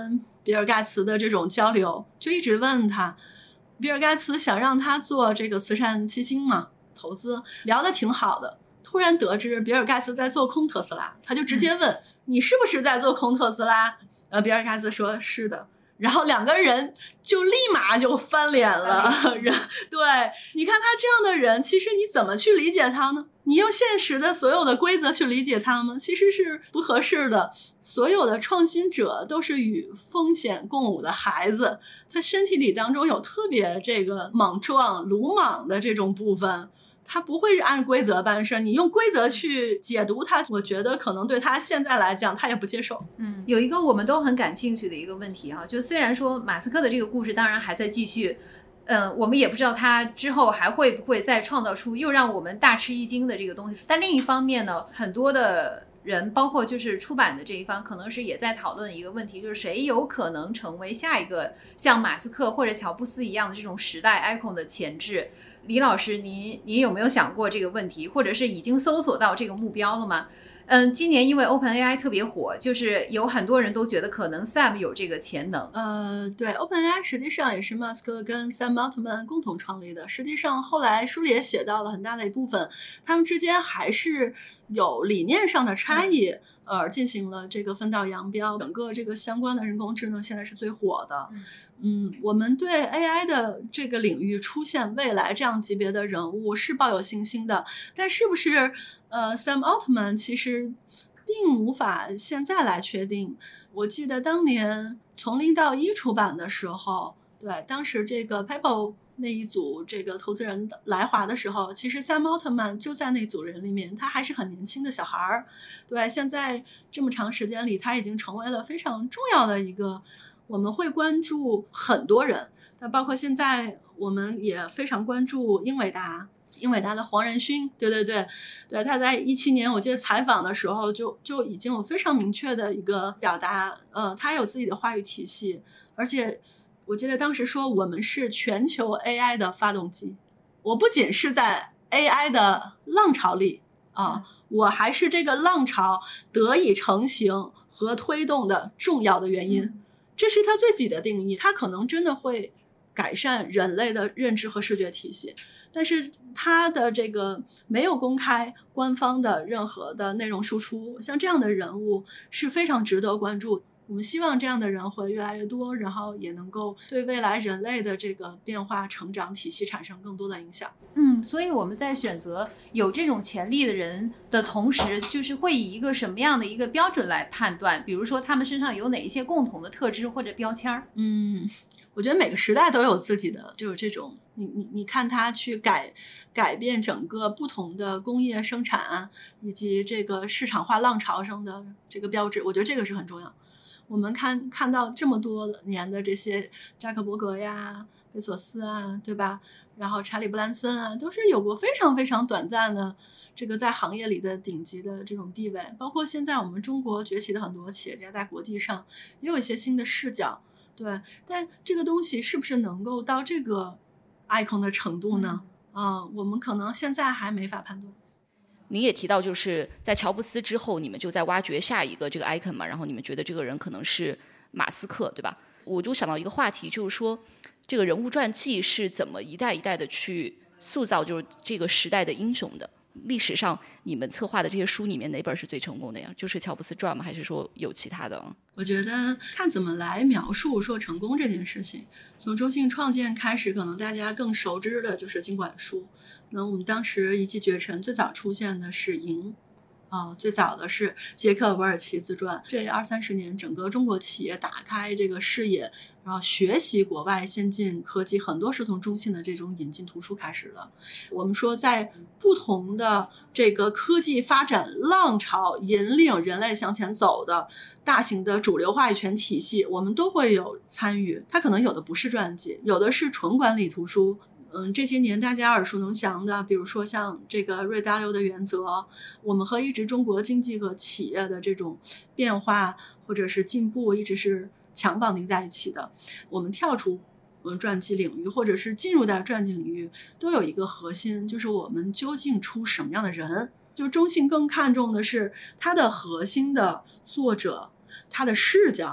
比尔盖茨的这种交流，就一直问他，比尔盖茨想让他做这个慈善基金嘛，投资聊得挺好的，突然得知比尔盖茨在做空特斯拉，他就直接问，你是不是在做空特斯拉？比尔盖茨说是的，然后两个人就立马就翻脸了。对，你看他这样的人，其实你怎么去理解他呢？你用现实的所有的规则去理解他吗？其实是不合适的。所有的创新者都是与风险共舞的孩子，他身体里当中有特别这个莽撞鲁莽的这种部分，他不会按规则办事，你用规则去解读他，我觉得可能对他现在来讲他也不接受。 有一个我们都很感兴趣的一个问题就虽然说马斯克的这个故事当然还在继续，我们也不知道他之后还会不会再创造出又让我们大吃一惊的这个东西。但另一方面呢，很多的人包括就是出版的这一方可能是也在讨论一个问题，就是谁有可能成为下一个像马斯克或者乔布斯一样的这种时代 icon 的前置。李老师，您有没有想过这个问题，或者是已经搜索到这个目标了吗？今年因为 OpenAI 特别火，就是有很多人都觉得可能 Sam 有这个潜能。 对 OpenAI 实际上也是马斯克跟 Sam Altman 共同创立的，实际上后来书里也写到了很大的一部分，他们之间还是有理念上的差异，进行了这个分道扬镳。整个这个相关的人工智能现在是最火的。我们对 AI 的这个领域出现未来这样级别的人物是抱有信心的，但是不是Sam Altman 其实并无法现在来确定。我记得当年从0到1出版的时候，对，当时这个 PayPal 那一组这个投资人来华的时候，其实 Sam Altman 就在那组人里面，他还是很年轻的小孩。对，现在这么长时间里，他已经成为了非常重要的一个，我们会关注很多人，但包括现在我们也非常关注英伟达的黄仁勋。对，他在2017年我记得采访的时候就已经有非常明确的一个表达，他有自己的话语体系，而且我记得当时说我们是全球 AI 的发动机，我不仅是在 AI 的浪潮里我还是这个浪潮得以成型和推动的重要的原因。这是他对自己的定义，他可能真的会改善人类的认知和视觉体系，但是他的这个没有公开官方的任何的内容输出，像这样的人物是非常值得关注。我们希望这样的人会越来越多，然后也能够对未来人类的这个变化成长体系产生更多的影响。 所以我们在选择有这种潜力的人的同时，就是会以一个什么样的一个标准来判断，比如说他们身上有哪一些共同的特质或者标签？ 我觉得每个时代都有自己的就是这种你看他去改变整个不同的工业生产以及这个市场化浪潮上的这个标志，我觉得这个是很重要。我们看到这么多年的这些扎克伯格呀、贝索斯啊，对吧？然后查理布兰森啊，都是有过非常非常短暂的这个在行业里的顶级的这种地位。包括现在我们中国崛起的很多企业家，在国际上也有一些新的视角。对，但这个东西是不是能够到这个 icon 的程度呢？我们可能现在还没法判断。 您也提到，就是在乔布斯之后，你们就在挖掘下一个这个 icon 嘛，然后你们觉得这个人可能是马斯克，对吧？我就想到一个话题，就是说这个人物传记是怎么一代一代的去塑造就是这个时代的英雄的。历史上你们策划的这些书里面哪本是最成功的呀？就是乔布斯传吗？还是说有其他的？ 我觉得看怎么来描述说成功这件事情。从中信创建开始，可能大家更熟知的就是经管书。那我们当时一骑绝尘最早出现的是赢最早的是杰克·韦尔奇自传。这20-30年，整个中国企业打开这个视野，然后学习国外先进科技，很多是从中信的这种引进图书开始的。我们说，在不同的这个科技发展浪潮引领人类向前走的大型的主流话语权体系，我们都会有参与。它可能有的不是传记，有的是纯管理图书。这些年大家耳熟能详的，比如说像这个瑞达流的原则，我们和一直中国经济和企业的这种变化或者是进步一直是强绑定在一起的。我们跳出传记领域或者是进入到传记领域，都有一个核心，就是我们究竟出什么样的人。就中信更看重的是它的核心的作者，他的视角，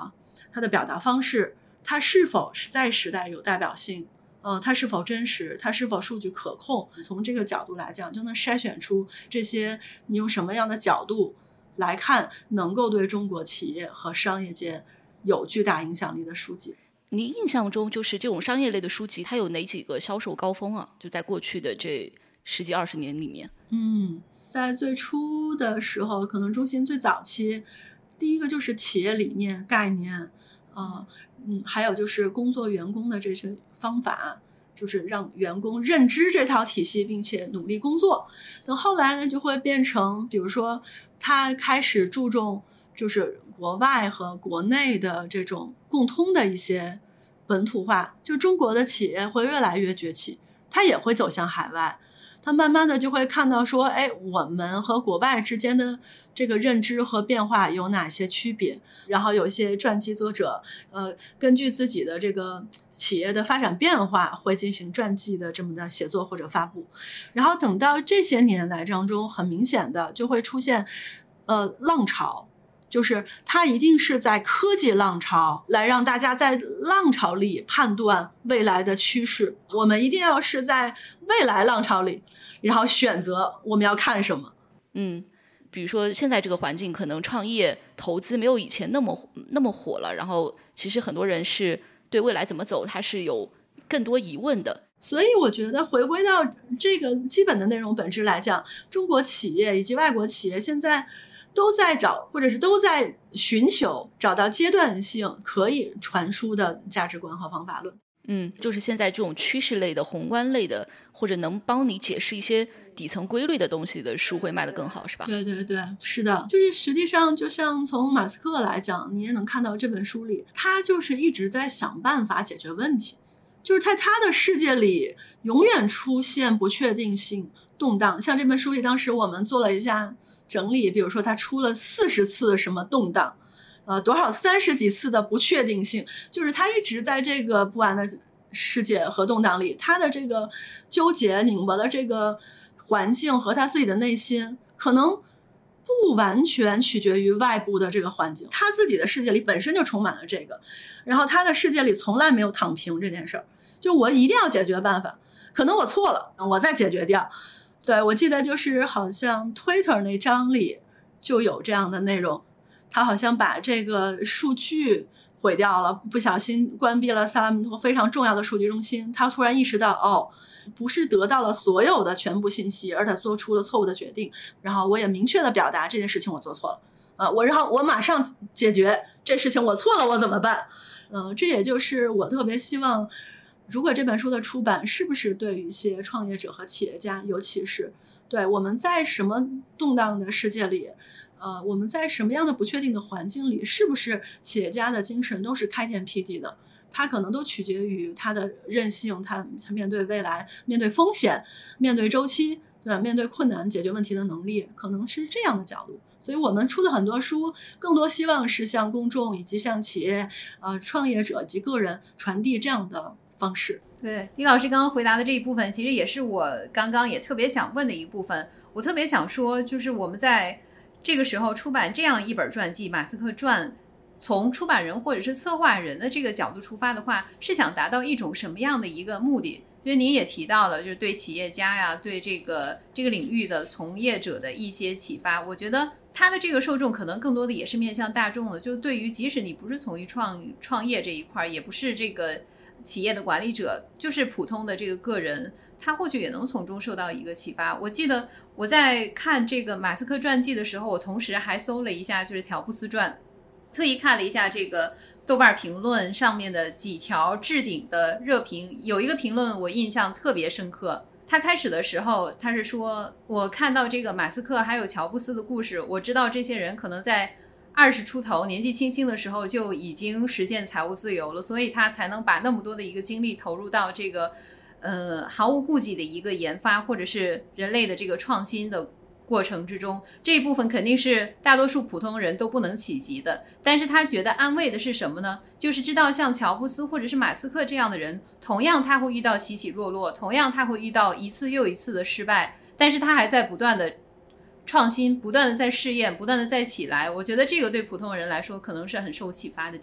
它的表达方式，它是否是在时代有代表性，它是否真实，它是否数据可控，从这个角度来讲，就能筛选出这些你用什么样的角度来看能够对中国企业和商业界有巨大影响力的书籍。 你印象中就是这种商业类的书籍，它有哪几个销售高峰啊？就在过去的这10几20年里面。 在最初的时候，可能中信最早期，第一个就是企业理念概念，还有就是工作员工的这些方法，就是让员工认知这套体系，并且努力工作。等后来呢，就会变成，比如说他开始注重就是国外和国内的这种共通的一些本土化，就中国的企业会越来越崛起，它也会走向海外，它慢慢的就会看到说，我们和国外之间的这个认知和变化有哪些区别，然后有一些传记作者根据自己的这个企业的发展变化会进行传记的这么的写作或者发布。然后等到这些年来当中，很明显的就会出现浪潮，就是它一定是在科技浪潮来让大家在浪潮里判断未来的趋势，我们一定要是在未来浪潮里，然后选择我们要看什么。 比如说现在这个环境，可能创业投资没有以前那么火了，然后其实很多人是对未来怎么走，他是有更多疑问的。 所以我觉得回归到这个基本的内容本质来讲，中国企业以及外国企业现在都在找，或者是都在寻求找到阶段性可以传输的价值观和方法论。 就是现在这种趋势类的、宏观类的，或者能帮你解释一些底层规律的东西的书会卖得更好，是吧？ 对对对，是的，就是实际上就像从马斯克来讲，你也能看到这本书里，他就是一直在想办法解决问题，就是在他的世界里永远出现不确定性、动荡。像这本书里当时我们做了一下整理，比如说他出了40次什么动荡，多少30几次的不确定性，就是他一直在这个不安的世界和动荡里，他的这个纠结拧巴的这个环境和他自己的内心可能不完全取决于外部的这个环境，他自己的世界里本身就充满了这个，然后他的世界里从来没有躺平这件事儿，就我一定要解决办法，可能我错了我再解决掉。对，我记得就是好像 Twitter 那章里就有这样的内容，他好像把这个数据毁掉了，不小心关闭了萨拉门托非常重要的数据中心，他突然意识到不是得到了所有的全部信息，而他做出了错误的决定，然后我也明确的表达这件事情我做错了，然后我马上解决这事情，我错了我怎么办？这也就是我特别希望，如果这本书的出版是不是对于一些创业者和企业家，尤其是对我们在什么动荡的世界里，我们在什么样的不确定的环境里，是不是企业家的精神都是开天辟地的，他可能都取决于他的韧性，他面对未来，面对风险，面对周期，对，面对困难解决问题的能力，可能是这样的角度。所以我们出的很多书更多希望是向公众以及向企业创业者及个人传递这样的方式。 对，李老师刚刚回答的这一部分其实也是我刚刚也特别想问的一部分。我特别想说，就是我们在这个时候出版这样一本传记《马斯克传》，从出版人或者是策划人的这个角度出发的话，是想达到一种什么样的一个目的？因为您也提到了，就是对企业家呀，对这个领域的从业者的一些启发。我觉得他的这个受众可能更多的也是面向大众的，就对于即使你不是从于创业这一块，也不是这个企业的管理者，就是普通的这个个人，他或许也能从中受到一个启发。我记得我在看这个马斯克传记的时候，我同时还搜了一下就是乔布斯传，特意看了一下这个豆瓣评论上面的几条置顶的热评，有一个评论我印象特别深刻。他开始的时候他是说，我看到这个马斯克还有乔布斯的故事，我知道这些人可能在20出头年纪轻轻的时候就已经实现财务自由了，所以他才能把那么多的一个精力投入到这个毫无顾忌的一个研发或者是人类的这个创新的过程之中。这一部分肯定是大多数普通人都不能企及的，但是他觉得安慰的是什么呢？就是知道像乔布斯或者是马斯克这样的人，同样他会遇到起起落落，同样他会遇到一次又一次的失败，但是他还在不断的创新，不断的在试验，不断的在起来。我觉得这个对普通人来说可能是很受启发的点。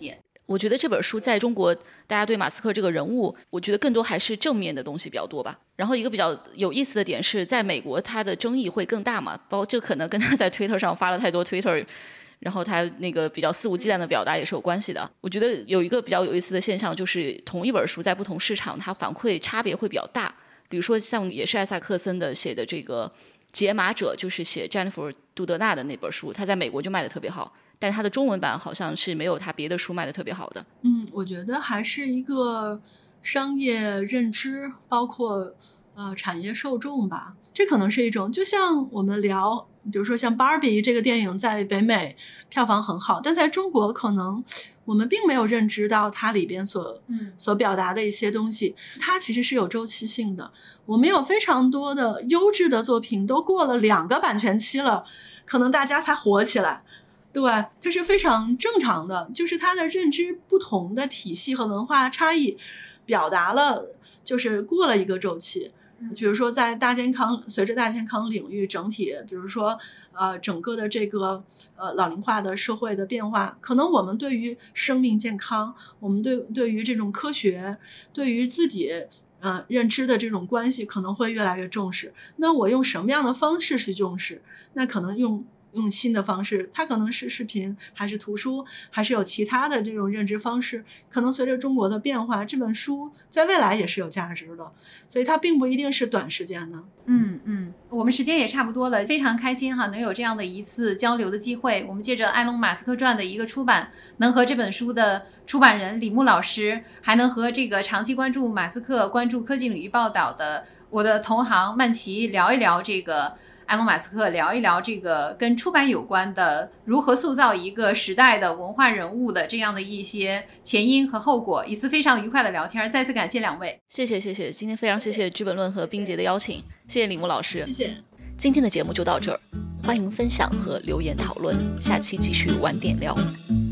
我觉得这本书在中国大家对马斯克这个人物，我觉得更多还是正面的东西比较多吧。然后一个比较有意思的点是，在美国他的争议会更大嘛，包括这可能跟他在 Twitter 上发了太多 Twitter， 然后他那个比较肆无忌惮的表达也是有关系的。我觉得有一个比较有意思的现象，就是同一本书在不同市场它反馈差别会比较大。比如说像也是艾萨克森的写的这个解码者，就是写詹妮弗·杜德纳的那本书，他在美国就卖得特别好，但他的中文版好像是没有他别的书卖得特别好的。 我觉得还是一个商业认知，包括产业受众吧，这可能是一种。就像我们聊，比如说像 Barbie 这个电影在北美票房很好，但在中国可能我们并没有认知到它里边所表达的一些东西，它其实是有周期性的。我们有非常多的优质的作品都过了2个版权期了，可能大家才火起来。对，它是非常正常的，就是它的认知不同的体系和文化差异表达了，就是过了一个周期。比如说在大健康，随着大健康领域整体，比如说整个的这个老龄化的社会的变化，可能我们对于生命健康，我们对于这种科学，对于自己认知的这种关系可能会越来越重视。那我用什么样的方式去重视？那可能用新的方式，它可能是视频，还是图书，还是有其他的这种认知方式，可能随着中国的变化，这本书在未来也是有价值的，所以它并不一定是短时间的。 我们时间也差不多了，非常开心能有这样的一次交流的机会。我们借着埃隆·马斯克传的一个出版，能和这本书的出版人李牧老师，还能和这个长期关注马斯克、关注科技领域报道的我的同行曼琪聊一聊这个埃隆·马斯克，聊一聊这个跟出版有关的如何塑造一个时代的文化人物的这样的一些前因和后果，一次非常愉快的聊天。再次感谢2位。 谢谢，今天非常谢谢知本论和冰洁的邀请，谢谢李牧老师。 谢谢。 今天的节目就到这儿，欢迎分享和留言讨论，下期继续晚点聊。